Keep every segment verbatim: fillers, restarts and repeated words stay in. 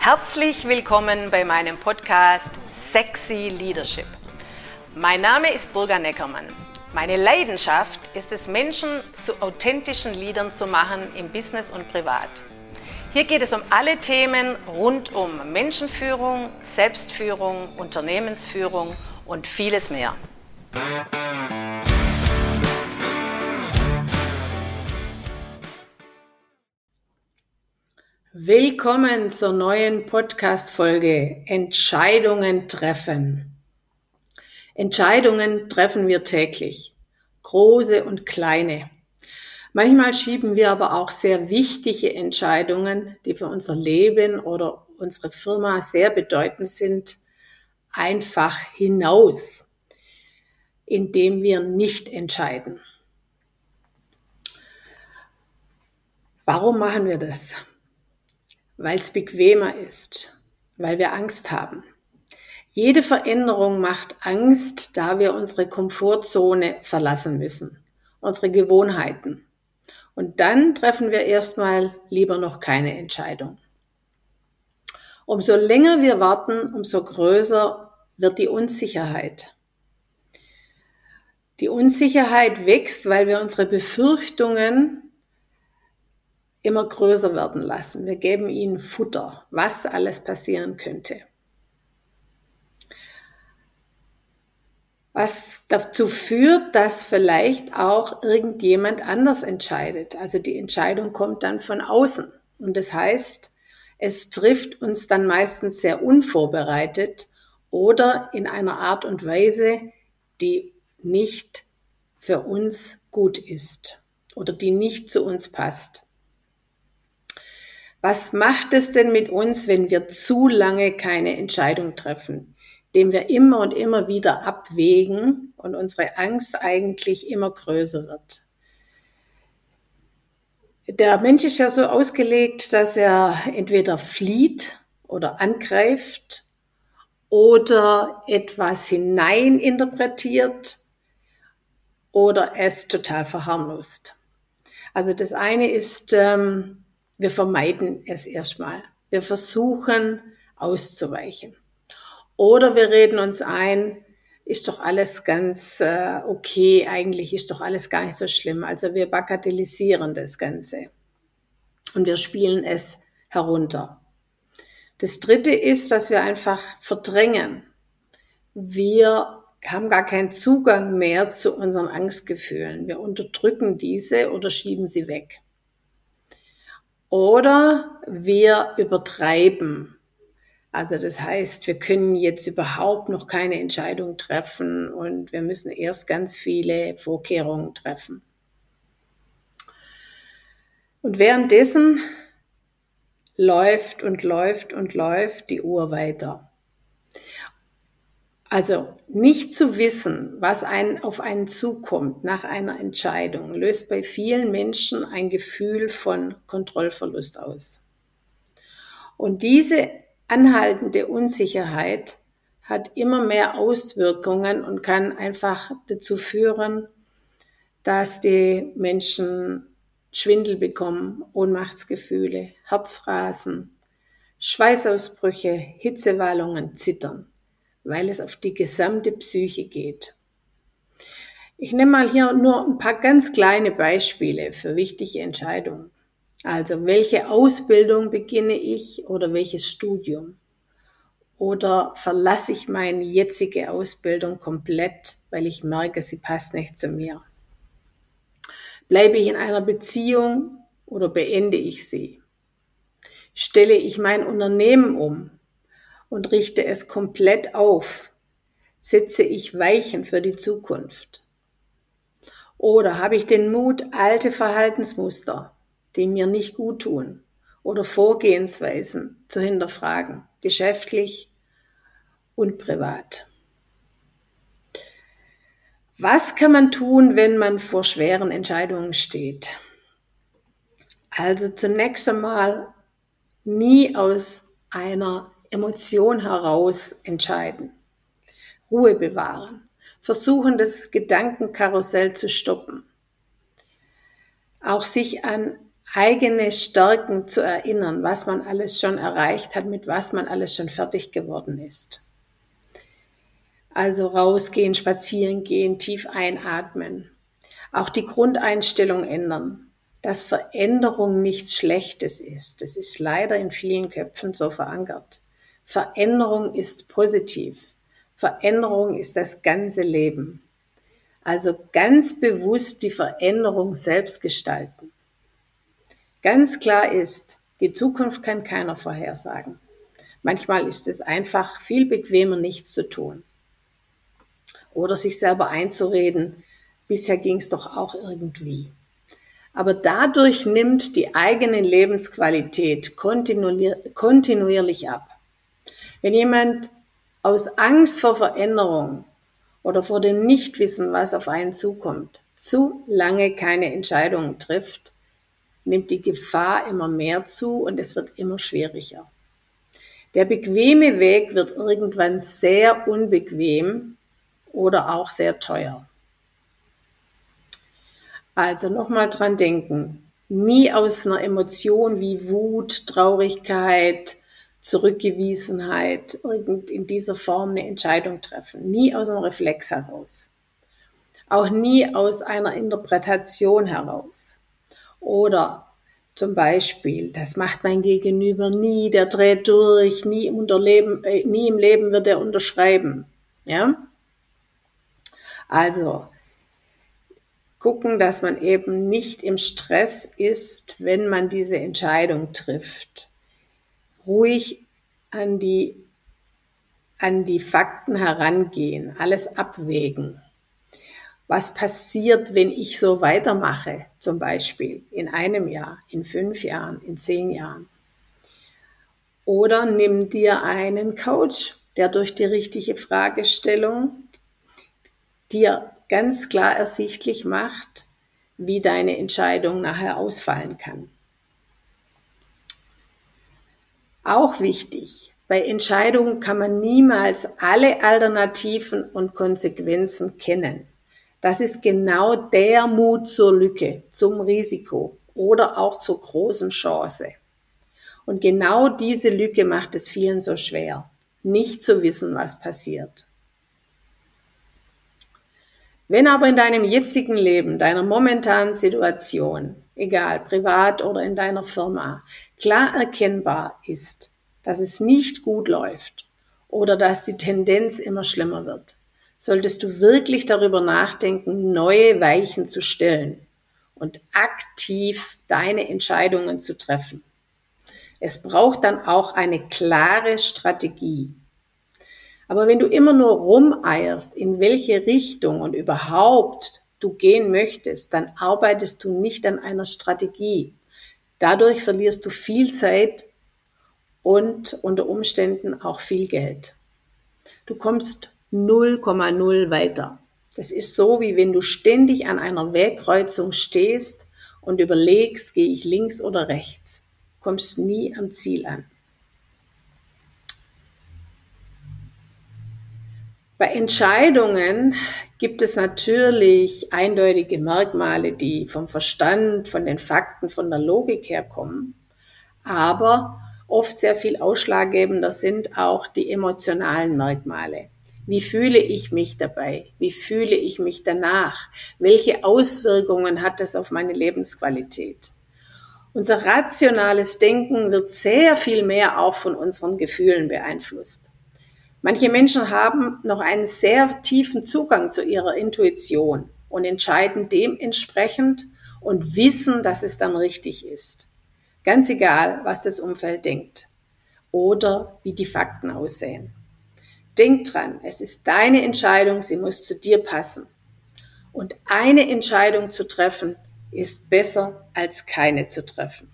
Herzlich willkommen bei meinem Podcast Sexy Leadership. Mein Name ist Burga Neckermann. Meine Leidenschaft ist es, Menschen zu authentischen Leadern zu machen im Business und privat. Hier geht es um alle Themen rund um Menschenführung, Selbstführung, Unternehmensführung und vieles mehr. Willkommen zur neuen Podcast-Folge Entscheidungen treffen. Entscheidungen treffen wir täglich, große und kleine. Manchmal schieben wir aber auch sehr wichtige Entscheidungen, die für unser Leben oder unsere Firma sehr bedeutend sind, einfach hinaus, indem wir nicht entscheiden. Warum machen wir das? Weil es bequemer ist, weil wir Angst haben. Jede Veränderung macht Angst, da wir unsere Komfortzone verlassen müssen, unsere Gewohnheiten. Und dann treffen wir erstmal lieber noch keine Entscheidung. Umso länger wir warten, umso größer wird die Unsicherheit. Die Unsicherheit wächst, weil wir unsere Befürchtungen immer größer werden lassen. Wir geben ihnen Futter, was alles passieren könnte. Was dazu führt, dass vielleicht auch irgendjemand anders entscheidet. Also die Entscheidung kommt dann von außen. Und das heißt, es trifft uns dann meistens sehr unvorbereitet oder in einer Art und Weise, die nicht für uns gut ist oder die nicht zu uns passt. Was macht es denn mit uns, wenn wir zu lange keine Entscheidung treffen, indem wir immer und immer wieder abwägen und unsere Angst eigentlich immer größer wird? Der Mensch ist ja so ausgelegt, dass er entweder flieht oder angreift oder etwas hineininterpretiert oder es total verharmlost. Also das eine ist, ähm, wir vermeiden es erstmal. Wir versuchen auszuweichen. Oder wir reden uns ein, ist doch alles ganz äh, okay, eigentlich ist doch alles gar nicht so schlimm. Also wir bagatellisieren das Ganze und wir spielen es herunter. Das Dritte ist, dass wir einfach verdrängen. Wir haben gar keinen Zugang mehr zu unseren Angstgefühlen. Wir unterdrücken diese oder schieben sie weg. Oder wir übertreiben. Also das heißt, wir können jetzt überhaupt noch keine Entscheidung treffen und wir müssen erst ganz viele Vorkehrungen treffen. Und währenddessen läuft und läuft und läuft die Uhr weiter. Also nicht zu wissen, was einen auf einen zukommt nach einer Entscheidung, löst bei vielen Menschen ein Gefühl von Kontrollverlust aus. Und diese anhaltende Unsicherheit hat immer mehr Auswirkungen und kann einfach dazu führen, dass die Menschen Schwindel bekommen, Ohnmachtsgefühle, Herzrasen, Schweißausbrüche, Hitzewallungen, Zittern, weil es auf die gesamte Psyche geht. Ich nehme mal hier nur ein paar ganz kleine Beispiele für wichtige Entscheidungen. Also, welche Ausbildung beginne ich oder welches Studium? Oder verlasse ich meine jetzige Ausbildung komplett, weil ich merke, sie passt nicht zu mir? Bleibe ich in einer Beziehung oder beende ich sie? Stelle ich mein Unternehmen um und richte es komplett auf? Setze ich Weichen für die Zukunft? Oder habe ich den Mut, alte Verhaltensmuster, die mir nicht gut tun, oder Vorgehensweisen zu hinterfragen, geschäftlich und privat? Was kann man tun, wenn man vor schweren Entscheidungen steht? Also zunächst einmal nie aus einer Emotion heraus entscheiden. Ruhe bewahren. Versuchen, das Gedankenkarussell zu stoppen. Auch sich an eigene Stärken zu erinnern, was man alles schon erreicht hat, mit was man alles schon fertig geworden ist. Also rausgehen, spazieren gehen, tief einatmen. Auch die Grundeinstellung ändern, dass Veränderung nichts Schlechtes ist. Das ist leider in vielen Köpfen so verankert. Veränderung ist positiv. Veränderung ist das ganze Leben. Also ganz bewusst die Veränderung selbst gestalten. Ganz klar ist, die Zukunft kann keiner vorhersagen. Manchmal ist es einfach viel bequemer, nichts zu tun. Oder sich selber einzureden, bisher ging es doch auch irgendwie. Aber dadurch nimmt die eigene Lebensqualität kontinuierlich ab. Wenn jemand aus Angst vor Veränderung oder vor dem Nichtwissen, was auf einen zukommt, zu lange keine Entscheidungen trifft, nimmt die Gefahr immer mehr zu und es wird immer schwieriger. Der bequeme Weg wird irgendwann sehr unbequem oder auch sehr teuer. Also nochmal dran denken, nie aus einer Emotion wie Wut, Traurigkeit, Zurückgewiesenheit irgend in dieser Form eine Entscheidung treffen. Nie aus einem Reflex heraus. Auch nie aus einer Interpretation heraus. Oder zum Beispiel, das macht mein Gegenüber nie, der dreht durch, nie im, Unterleben, äh, nie im Leben wird er unterschreiben. Ja? Also, gucken, dass man eben nicht im Stress ist, wenn man diese Entscheidung trifft. Ruhig an die, an die Fakten herangehen, alles abwägen. Was passiert, wenn ich so weitermache, zum Beispiel in einem Jahr, in fünf Jahren, in zehn Jahren? Oder nimm dir einen Coach, der durch die richtige Fragestellung dir ganz klar ersichtlich macht, wie deine Entscheidung nachher ausfallen kann. Auch wichtig, bei Entscheidungen kann man niemals alle Alternativen und Konsequenzen kennen. Das ist genau der Mut zur Lücke, zum Risiko oder auch zur großen Chance. Und genau diese Lücke macht es vielen so schwer, nicht zu wissen, was passiert. Wenn aber in deinem jetzigen Leben, deiner momentanen Situation, egal privat oder in deiner Firma, klar erkennbar ist, dass es nicht gut läuft oder dass die Tendenz immer schlimmer wird, solltest du wirklich darüber nachdenken, neue Weichen zu stellen und aktiv deine Entscheidungen zu treffen. Es braucht dann auch eine klare Strategie. Aber wenn du immer nur rumeierst, in welche Richtung und überhaupt du gehen möchtest, dann arbeitest du nicht an einer Strategie. Dadurch verlierst du viel Zeit und unter Umständen auch viel Geld. Du kommst null Komma null weiter. Das ist so, wie wenn du ständig an einer Wegkreuzung stehst und überlegst, gehe ich links oder rechts. Du kommst nie am Ziel an. Bei Entscheidungen gibt es natürlich eindeutige Merkmale, die vom Verstand, von den Fakten, von der Logik herkommen, aber oft sehr viel ausschlaggebender sind auch die emotionalen Merkmale. Wie fühle ich mich dabei? Wie fühle ich mich danach? Welche Auswirkungen hat das auf meine Lebensqualität? Unser rationales Denken wird sehr viel mehr auch von unseren Gefühlen beeinflusst. Manche Menschen haben noch einen sehr tiefen Zugang zu ihrer Intuition und entscheiden dementsprechend und wissen, dass es dann richtig ist. Ganz egal, was das Umfeld denkt oder wie die Fakten aussehen. Denk dran, es ist deine Entscheidung, sie muss zu dir passen. Und eine Entscheidung zu treffen, ist besser als keine zu treffen.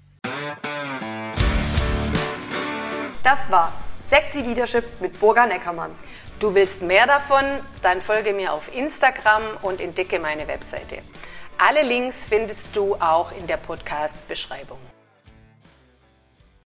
Das war Sexy Leadership mit Burga Neckermann. Du willst mehr davon? Dann folge mir auf Instagram und entdecke meine Webseite. Alle Links findest du auch in der Podcast-Beschreibung.